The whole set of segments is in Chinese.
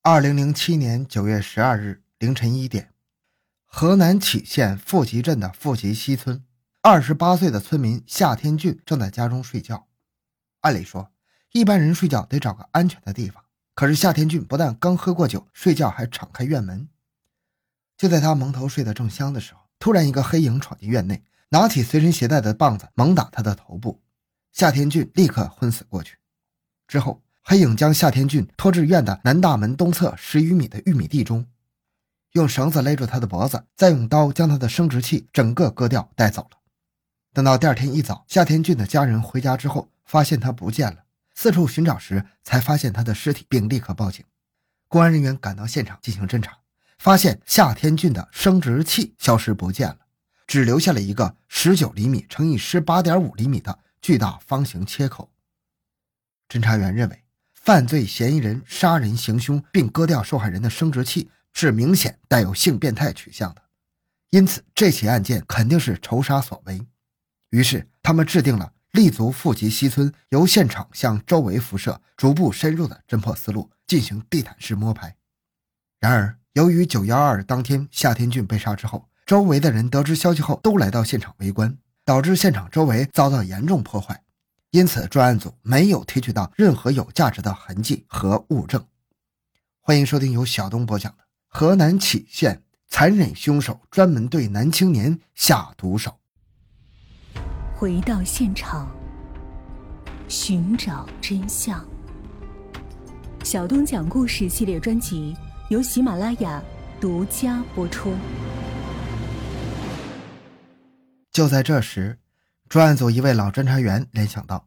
2007年9月12日凌晨1点，河南杞县富集镇的富集西村，28岁的村民夏天俊正在家中睡觉。按理说，一般人睡觉得找个安全的地方，可是夏天俊不但刚喝过酒，睡觉还敞开院门。就在他蒙头睡得正香的时候，突然一个黑影闯进院内，拿起随身携带的棒子猛打他的头部，夏天俊立刻昏死过去。之后黑影将夏天俊拖至院的南大门东侧10余米的玉米地中，用绳子勒住他的脖子，再用刀将他的生殖器整个割掉带走了。等到第二天一早，夏天俊的家人回家之后发现他不见了，四处寻找时才发现他的尸体，并立刻报警。公安人员赶到现场进行侦查，发现夏天俊的生殖器消失不见了，只留下了一个19厘米乘以18.5厘米的巨大方形切口。侦查员认为，犯罪嫌疑人杀人行凶并割掉受害人的生殖器是明显带有性变态取向的，因此这起案件肯定是仇杀所为。于是他们制定了立足富集西村，由现场向周围辐射，逐步深入的侦破思路，进行地毯式摸排。然而由于912当天夏天俊被杀之后，周围的人得知消息后都来到现场围观，导致现场周围遭到严重破坏，因此专案组没有提取到任何有价值的痕迹和物证。欢迎收听由小东播讲的河南杞县残忍凶手专门对男青年下毒手。 回到现场，寻找真相。小东讲故事系列专辑由喜马拉雅独家播出。 就在这时，专案组一位老侦查员联想到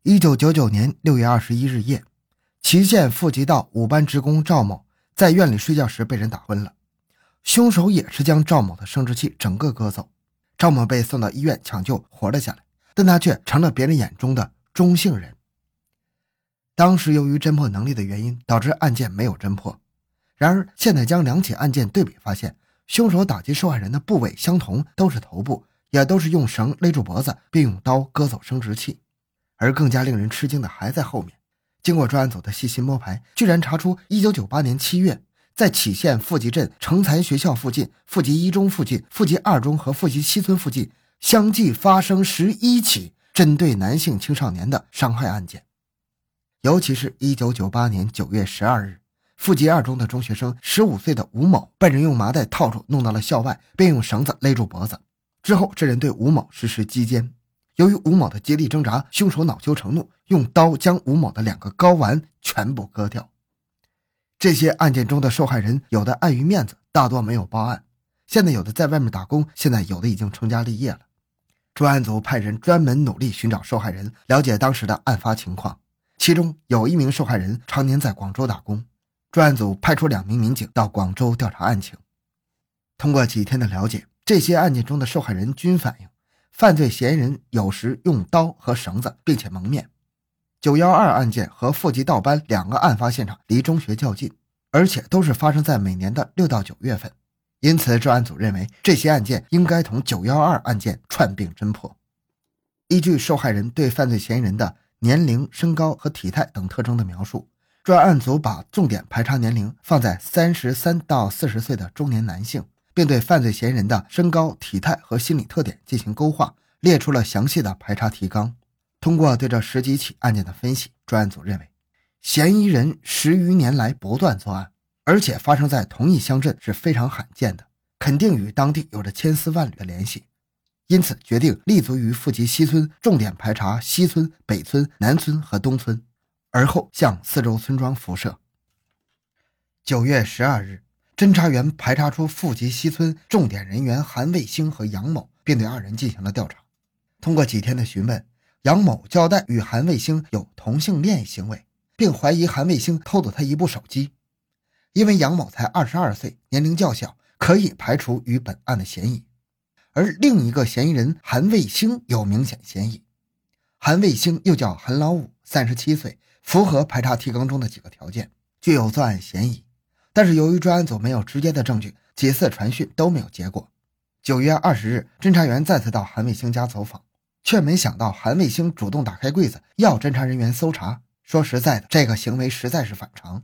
1999年6月21日夜，祁县富集道5班职工赵某在院里睡觉时被人打昏了，凶手也是将赵某的生殖器整个割走。赵某被送到医院抢救活了下来，但他却成了别人眼中的中性人。当时由于侦破能力的原因，导致案件没有侦破。然而现在将两起案件对比发现，凶手打击受害人的部位相同，都是头部，也都是用绳勒住脖子并用刀割走生殖器。而更加令人吃惊的还在后面，经过专案组的细心摸排，居然查出1998年7月在杞县富集镇成才学校附近、富集一中附近、富集二中和富集西村附近相继发生11起针对男性青少年的伤害案件。尤其是1998年9月12日，富集二中的中学生15岁的吴某被人用麻袋套住弄到了校外，并用绳子勒住脖子。之后这人对吴某实施击奸，由于吴某的极力挣扎，凶手恼羞成怒，用刀将吴某的2个睾丸全部割掉。这些案件中的受害人有的碍于面子，大多没有报案，现在有的在外面打工，现在有的已经成家立业了。专案组派人专门努力寻找受害人，了解当时的案发情况。其中有一名受害人常年在广州打工，专案组派出2名民警到广州调查案情。通过几天的了解，这些案件中的受害人均反映，犯罪嫌疑人有时用刀和绳子，并且蒙面。912案件和富集道班2个案发现场离中学较近，而且都是发生在每年的6到9月份，因此专案组认为这些案件应该同912案件串并侦破。依据受害人对犯罪嫌疑人的年龄、身高和体态等特征的描述，专案组把重点排查年龄放在33到40岁的中年男性，并对犯罪嫌疑人的身高、体态和心理特点进行勾画，列出了详细的排查提纲。通过对这10几起案件的分析，专案组认为嫌疑人10余年来不断作案，而且发生在同一乡镇是非常罕见的，肯定与当地有着千丝万缕的联系，因此决定立足于富集西村，重点排查西村、北村、南村和东村，而后向四周村庄辐射。9月12日，侦查员排查出富集西村重点人员韩卫星和杨某，并对2人进行了调查。通过几天的询问，杨某交代与韩卫星有同性恋行为，并怀疑韩卫星偷走他一部手机。因为杨某才22岁，年龄较小，可以排除与本案的嫌疑。而另一个嫌疑人韩卫星有明显嫌疑。韩卫星又叫韩老五，37岁，符合排查提纲中的几个条件，具有作案嫌疑。但是由于专案组没有直接的证据，几次传讯都没有结果。9月20日，侦查员再次到韩卫星家走访，却没想到韩卫星主动打开柜子要侦查人员搜查。说实在的，这个行为实在是反常，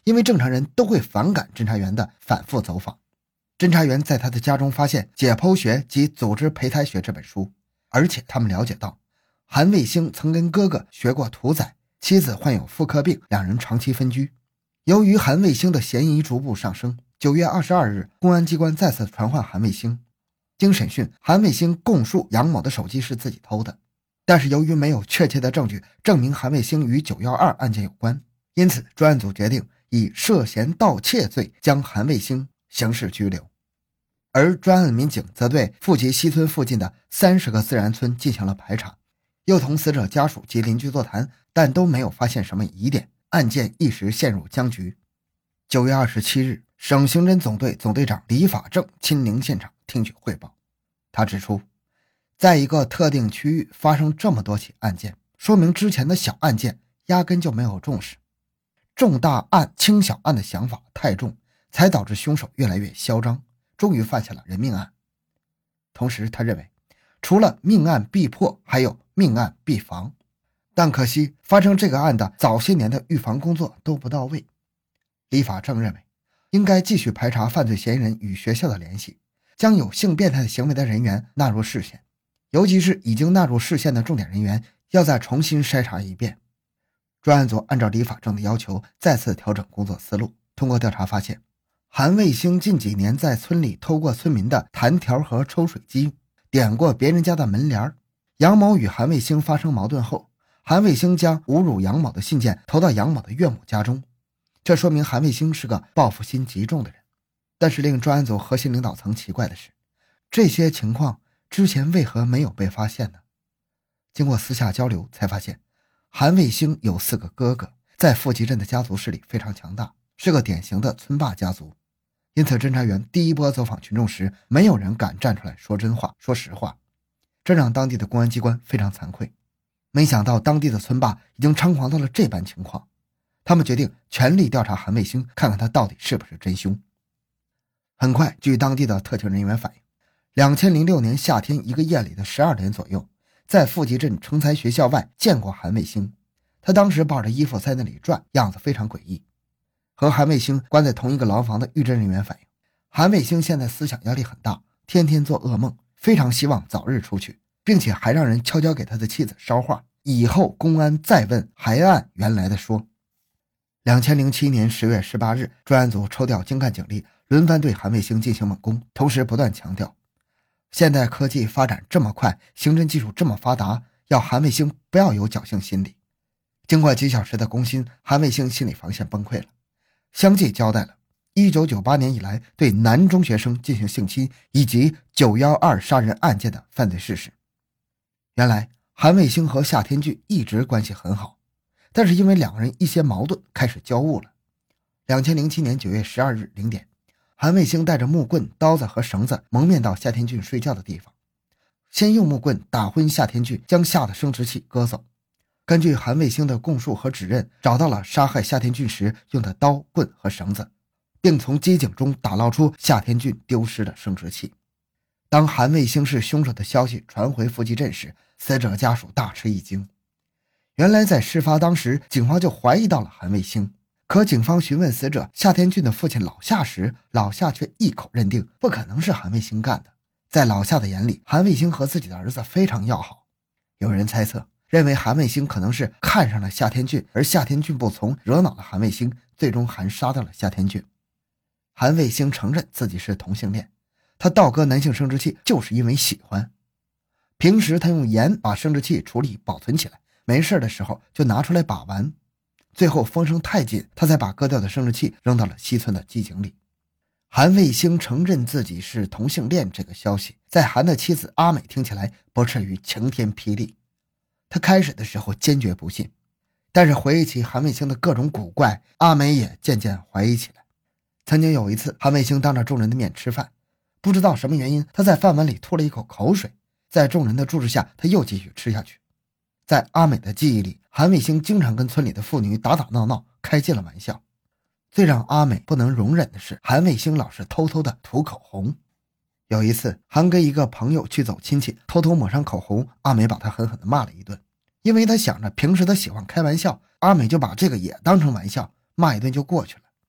因为正常人都会反感侦查员的反复走访。侦查员在他的家中发现《解剖学及组织胚胎学》这本书，而且他们了解到韩卫星曾跟哥哥学过屠宰，妻子患有妇科病，两人长期分居。由于韩卫星的嫌疑逐步上升，9月22日，公安机关再次传唤韩卫星。经审讯，韩卫星供述杨某的手机是自己偷的，但是由于没有确切的证据证明韩卫星与912案件有关，因此专案组决定以涉嫌盗窃罪将韩卫星刑事拘留。而专案民警则对富集西村附近的30个自然村进行了排查，又同死者家属及邻居座谈，但都没有发现什么疑点，案件一时陷入僵局。9月27日，省刑侦总队总队长李法正亲临现场听取汇报。他指出，在一个特定区域发生这么多起案件，说明之前的小案件压根就没有重视，重大案轻小案的想法太重，才导致凶手越来越嚣张，终于犯下了人命案。同时他认为，除了命案必破，还有命案必防，但可惜发生这个案的早些年的预防工作都不到位。李法正认为，应该继续排查犯罪嫌疑人与学校的联系，将有性变态行为的人员纳入视线，尤其是已经纳入视线的重点人员要再重新筛查一遍。专案组按照李法正的要求再次调整工作思路，通过调查发现，韩卫星近几年在村里偷过村民的弹条和抽水机，点过别人家的门帘。杨某与韩卫星发生矛盾后，韩卫星将侮辱杨某的信件投到杨某的岳母家中，这说明韩卫星是个报复心极重的人。但是令专案组核心领导层奇怪的是，这些情况之前为何没有被发现呢？经过私下交流才发现，韩卫星有4个哥哥，在富集镇的家族势力非常强大，是个典型的村霸家族。因此侦查员第一波走访群众时，没有人敢站出来说真话说实话，这让当地的公安机关非常惭愧。没想到当地的村霸已经猖狂到了这般情况，他们决定全力调查韩卫星，看看他到底是不是真凶。很快，据当地的特情人员反映，2006年夏天一个夜里的12点左右，在富集镇成才学校外见过韩卫星，他当时抱着衣服在那里转，样子非常诡异。和韩卫星关在同一个牢房的狱侦人员反映，韩卫星现在思想压力很大，天天做噩梦，非常希望早日出去，并且还让人悄悄给他的妻子捎话，以后公安再问还按原来的说。2007年10月18日，专案组抽调精干警力轮番对韩卫星进行猛攻，同时不断强调，现代科技发展这么快，刑侦技术这么发达，要韩卫星不要有侥幸心理。经过几小时的攻心，韩卫星心理防线崩溃了，相继交代了1998年以来对男中学生进行性侵以及912杀人案件的犯罪事实。原来韩卫星和夏天俊一直关系很好，但是因为两个人一些矛盾开始交恶了。2007年9月12日0点，韩卫星带着木棍、刀子和绳子蒙面到夏天俊睡觉的地方，先用木棍打昏夏天俊，将夏的生殖器割走。根据韩卫星的供述和指认，找到了杀害夏天俊时用的刀、棍和绳子，并从机井中打捞出夏天俊丢失的生殖器。当韩卫星是凶手的消息传回富集镇时，死者家属大吃一惊。原来在事发当时，警方就怀疑到了韩卫星，可警方询问死者夏天俊的父亲老夏时，老夏却一口认定不可能是韩卫星干的。在老夏的眼里，韩卫星和自己的儿子非常要好。有人猜测，认为韩卫星可能是看上了夏天俊，而夏天俊不从，惹恼了韩卫星，最终还杀掉了夏天俊。韩卫星承认自己是同性恋，他盗割男性生殖器就是因为喜欢。平时他用盐把生殖器处理保存起来，没事的时候就拿出来把玩，最后风声太紧，他才把割掉的生殖器扔到了西村的机井里。韩卫星承认自己是同性恋这个消息，在韩的妻子阿美听起来不至于晴天霹雳。他开始的时候坚决不信，但是回忆起韩卫星的各种古怪，阿美也渐渐怀疑起来。曾经有一次，韩卫星当着众人的面吃饭，不知道什么原因，他在饭碗里吐了一口口水，在众人的注视下，他又继续吃下去。在阿美的记忆里，韩卫星经常跟村里的妇女打打闹闹，开尽了玩笑。最让阿美不能容忍的是，韩卫星老是偷偷的涂口红。有一次，韩跟一个朋友去走亲戚，偷偷抹上口红，阿美把他狠狠地骂了一顿。因为他想着平时他喜欢开玩笑，阿美就把这个也当成玩笑，骂一顿就过去了。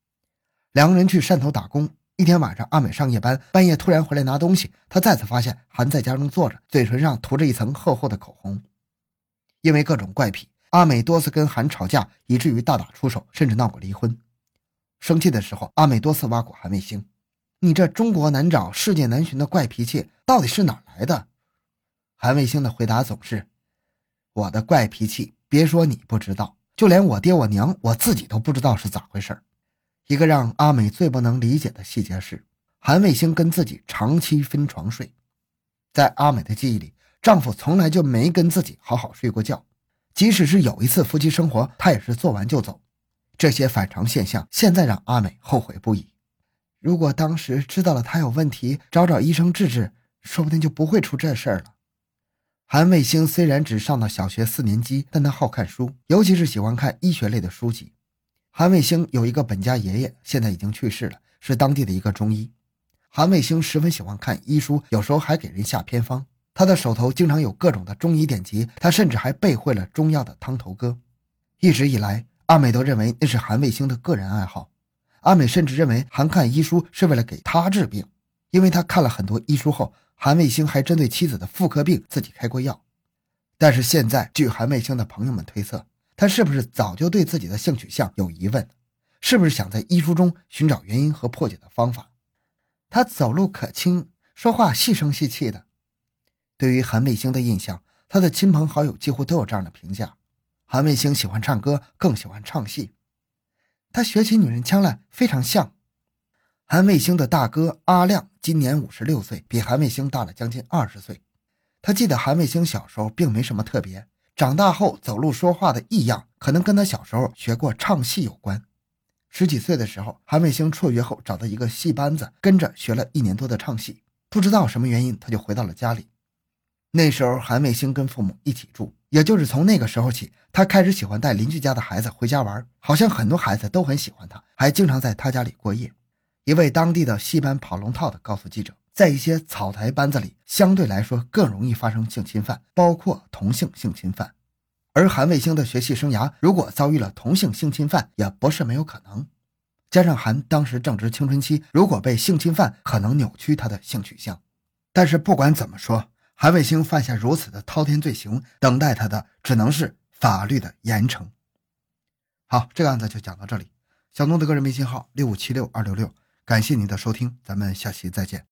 两个人去汕头打工，一天晚上阿美上夜班，半夜突然回来拿东西，她再次发现韩在家中坐着，嘴唇上涂着一层厚厚的口红。因为各种怪癖，阿美多次跟韩吵架，以至于大打出手，甚至闹过离婚。生气的时候，阿美多次挖苦韩卫星，你这中国难找世界难寻的怪脾气到底是哪来的？韩卫星的回答总是，我的怪脾气别说你不知道，就连我爹我娘我自己都不知道是咋回事。一个让阿美最不能理解的细节是，韩卫星跟自己长期分床睡。在阿美的记忆里，丈夫从来就没跟自己好好睡过觉，即使是有一次夫妻生活，他也是做完就走。这些反常现象现在让阿美后悔不已。如果当时知道了他有问题，找医生治治，说不定就不会出这事儿了。韩卫星虽然只上到小学4年级，但他好看书，尤其是喜欢看医学类的书籍。韩卫星有一个本家爷爷，现在已经去世了，是当地的一个中医。韩卫星十分喜欢看医书，有时候还给人下偏方。他的手头经常有各种的中医典籍，他甚至还背会了中药的汤头歌。一直以来，阿美都认为那是韩卫星的个人爱好。阿美甚至认为韩看医书是为了给他治病，因为他看了很多医书后，韩卫星还针对妻子的妇科病自己开过药。但是现在，据韩卫星的朋友们推测，他是不是早就对自己的性取向有疑问？是不是想在医书中寻找原因和破解的方法？他走路可轻，说话细声细气的。对于韩卫星的印象，他的亲朋好友几乎都有这样的评价。韩卫星喜欢唱歌，更喜欢唱戏。他学起女人腔来非常像。韩卫星的大哥阿亮今年56岁，比韩卫星大了将近20岁。他记得韩卫星小时候并没什么特别，长大后走路说话的异样可能跟他小时候学过唱戏有关。10几岁的时候，韩卫星辍学后找到一个戏班子，跟着学了1年多的唱戏。不知道什么原因，他就回到了家里。那时候韩卫星跟父母一起住，也就是从那个时候起，他开始喜欢带邻居家的孩子回家玩，好像很多孩子都很喜欢他，还经常在他家里过夜。一位当地的戏班跑龙套的告诉记者，在一些草台班子里，相对来说更容易发生性侵犯，包括同性性侵犯。而韩卫星的学戏生涯如果遭遇了同性性侵犯，也不是没有可能。加上韩当时正值青春期，如果被性侵犯，可能扭曲他的性取向。但是不管怎么说，韩卫星犯下如此的滔天罪行，等待他的只能是法律的严惩。好，这个案子就讲到这里。小东的个人微信号6576-266，感谢您的收听，咱们下期再见。